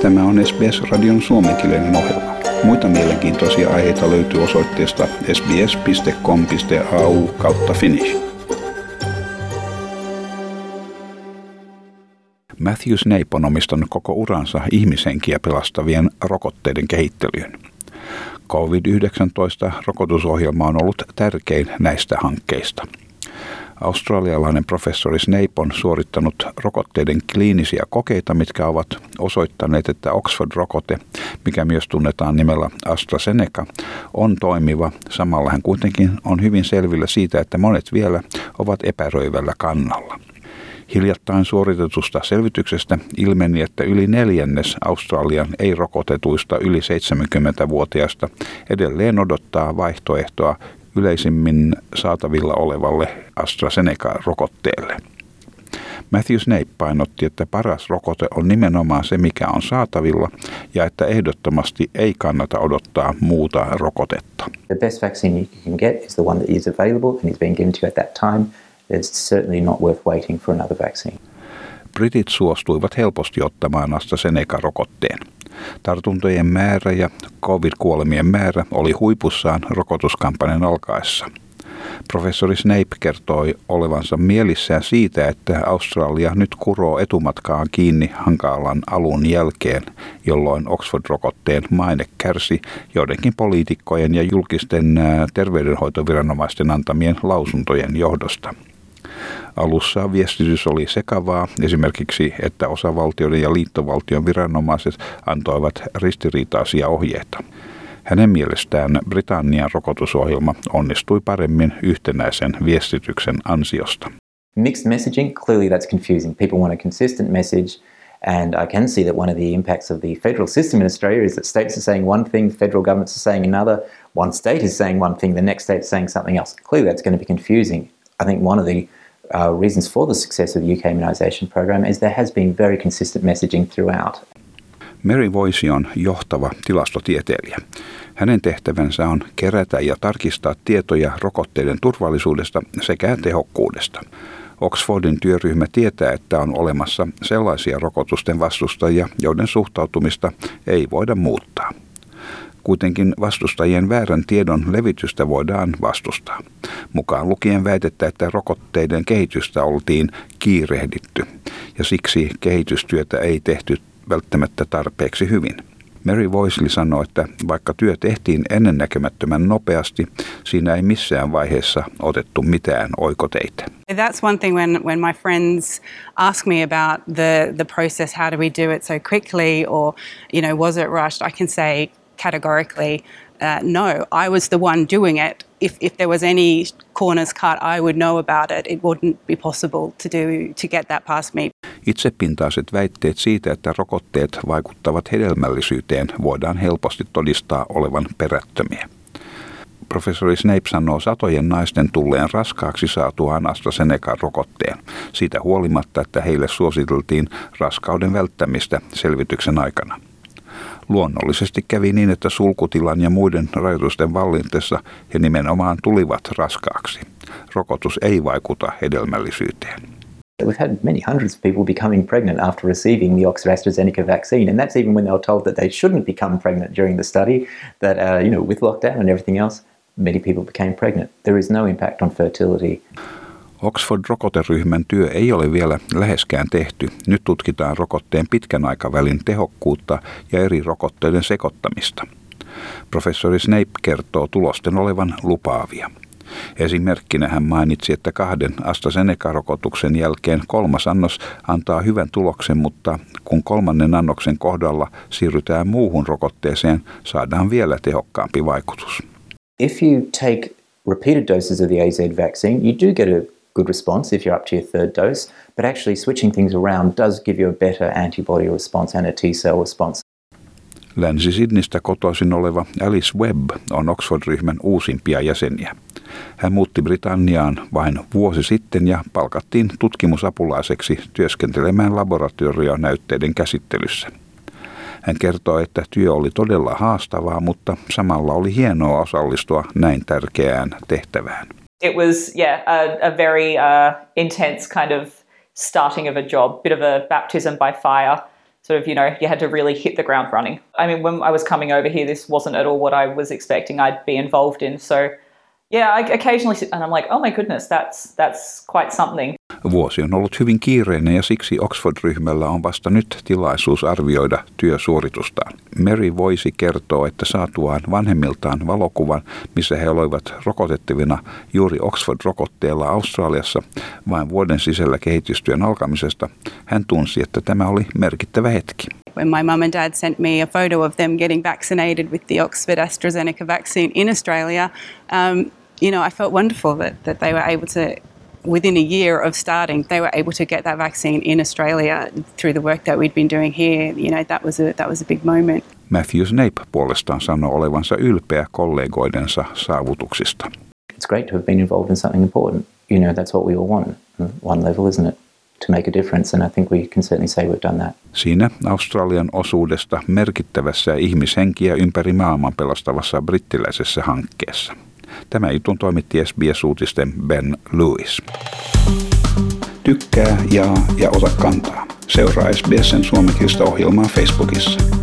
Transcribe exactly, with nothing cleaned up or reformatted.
Tämä on S B S-radion suomenkielinen ohjelma. Muita mielenkiintoisia aiheita löytyy osoitteesta sbs piste com piste a u kautta finnish. Matthew Snape on omistanut koko uransa ihmishenkiä pelastavien rokotteiden kehittelyyn. covid yhdeksäntoista-rokotusohjelma on ollut tärkein näistä hankkeista. Australialainen professori Snape on suorittanut rokotteiden kliinisiä kokeita, mitkä ovat osoittaneet, että Oxford-rokote, mikä myös tunnetaan nimellä AstraZeneca, on toimiva. Samalla hän kuitenkin on hyvin selvillä siitä, että monet vielä ovat epäröivällä kannalla. Hiljattain suoritetusta selvityksestä ilmeni, että yli neljännes Australian ei-rokotetuista yli seitsemänkymmentävuotiaista edelleen odottaa vaihtoehtoa yleisimmin saatavilla olevalle AstraZeneca-rokotteelle. Matthew Snape painotti, että paras rokote on nimenomaan se, mikä on saatavilla, ja että ehdottomasti ei kannata odottaa muuta rokotetta. The best vaccine you can get is the one that is available and is being given to you at that time. It's certainly not worth waiting for another vaccine. Britit suostuivat helposti ottamaan AstraZeneca-rokotteen. Tartuntojen määrä ja covid-kuolemien määrä oli huipussaan rokotuskampanjan alkaessa. Professori Snape kertoi olevansa mielissään siitä, että Australia nyt kuroo etumatkaan kiinni hankalan alun jälkeen, jolloin Oxford-rokotteen maine kärsi joidenkin poliitikkojen ja julkisten terveydenhoitoviranomaisten antamien lausuntojen johdosta. Alussa viestitys oli sekavaa, esimerkiksi, että osavaltioiden ja liittovaltion viranomaiset antoivat ristiriitaisia ohjeita. Hänen mielestään Britannian rokotusohjelma onnistui paremmin yhtenäisen viestityksen ansiosta. Mixed messaging, clearly that's confusing. People want a consistent message, and I can see that one of the impacts of the federal system in Australia is that states are saying one thing, federal governments are saying another, one state is saying one thing, the next state is saying something else. Clearly that's going to be confusing. I think one of the uh, reasons for the success of the U K immunisation program is there has been very consistent messaging throughout. Mary Voice on johtava tilastotieteilijä. Hänen tehtävänsä on kerätä ja tarkistaa tietoja rokotteiden turvallisuudesta sekä tehokkuudesta. Oxfordin työryhmä tietää, että on olemassa sellaisia rokotusten vastustajia, joiden suhtautumista ei voida muuttaa. Kuitenkin vastustajien väärän tiedon levitystä voidaan vastustaa. Mukaan lukien väitettä, että rokotteiden kehitystä oltiin kiirehditty ja siksi kehitystyötä ei tehty välttämättä tarpeeksi hyvin. Mary Voisley sanoi, että vaikka työ tehtiin ennennäkemättömän nopeasti, siinä ei missään vaiheessa otettu mitään oikoteitä. That's one thing when, when my friends ask me about the, the process, how do we do it so quickly, or, you know, was it rushed? I can say categorically, uh, no, I was the one doing it. If, if there was any corners cut, I would know about it. It wouldn't be possible to do to get that past me. Itsepintaiset väitteet siitä, että rokotteet vaikuttavat hedelmällisyyteen, voidaan helposti todistaa olevan perättömiä. Professori Snape sanoo satojen naisten tulleen raskaaksi saatuaan AstraZeneca-rokotteen, siitä huolimatta, että heille suositeltiin raskauden välttämistä selvityksen aikana. Luonnollisesti kävi niin, että sulkutilan ja muiden rajoitusten vallitessa he nimenomaan tulivat raskaaksi. Rokotus ei vaikuta hedelmällisyyteen. We've had many hundreds of people becoming pregnant after receiving the Oxford AstraZeneca vaccine, and that's even when they were told that they shouldn't become pregnant during the study, that, uh, you know, with lockdown and everything else, many people became pregnant. There is no impact on fertility. Oxford-rokoteryhmän työ ei ole vielä läheskään tehty. Nyt tutkitaan rokotteen pitkän aikavälin tehokkuutta ja eri rokotteiden sekoittamista. Professori Snape kertoo tulosten olevan lupaavia. Esimerkkinä hän mainitsi, että kahden AstraZeneca-rokotuksen jälkeen kolmas annos antaa hyvän tuloksen, mutta kun kolmannen annoksen kohdalla siirrytään muuhun rokotteeseen, saadaan vielä tehokkaampi vaikutus. If you take repeated doses of the A Z vaccine, you do get a good response if you're up to your third dose, but actually switching things around does give you a better antibody response and a T-cell response. Länsi-Sydneystä kotoisin oleva Alice Webb on Oxford-ryhmän uusimpia jäseniä. Hän muutti Britanniaan vain vuosi sitten ja palkattiin tutkimusapulaiseksi työskentelemään laboratorionäytteiden käsittelyssä. Hän kertoi, että työ oli todella haastavaa, mutta samalla oli hienoa osallistua näin tärkeään tehtävään. It was, yeah, a, a very uh, intense kind of starting of a job, bit of a baptism by fire. sort of, you know, you had to really hit the ground running. I mean, when I was coming over here, this wasn't at all what I was expecting I'd be involved in. So yeah, I occasionally sit and I'm like, oh my goodness, that's that's quite something. Vuosi on ollut hyvin kiireinen ja siksi Oxford-ryhmällä on vasta nyt tilaisuus arvioida työsuoritustaan. Mary voisi kertoa, että saatuaan vanhemmiltaan valokuvan, missä he olivat rokotettavina juuri Oxford-rokotteella Australiassa vain vuoden sisällä kehitystyön alkamisesta, hän tunsi, että tämä oli merkittävä hetki. When my mum and dad sent me a photo of them getting vaccinated with the Oxford AstraZeneca vaccine in Australia, um, you know, I felt wonderful that, that they were able to, within a year of starting, they were able to get that vaccine in Australia through the work that we'd been doing here. You know, that was a, that was a big moment. Matthew Snape puolestaan sanoi olevansa ylpeä kollegoidensa saavutuksista. It's great to have been involved in something important. You know, that's what we all want on one level, isn't it? To make a difference, and I think we can certainly say we've done that. Siinä Australian osuudesta merkittävässä ihmishenkiä ympäri maailman pelastavassa brittiläisessä hankkeessa. Tämä jutun toimitti S B S-uutisten Ben Lewis. Tykkää, jaa ja ota kantaa. Seuraa S B S:n suomenkielistä ohjelmaa Facebookissa.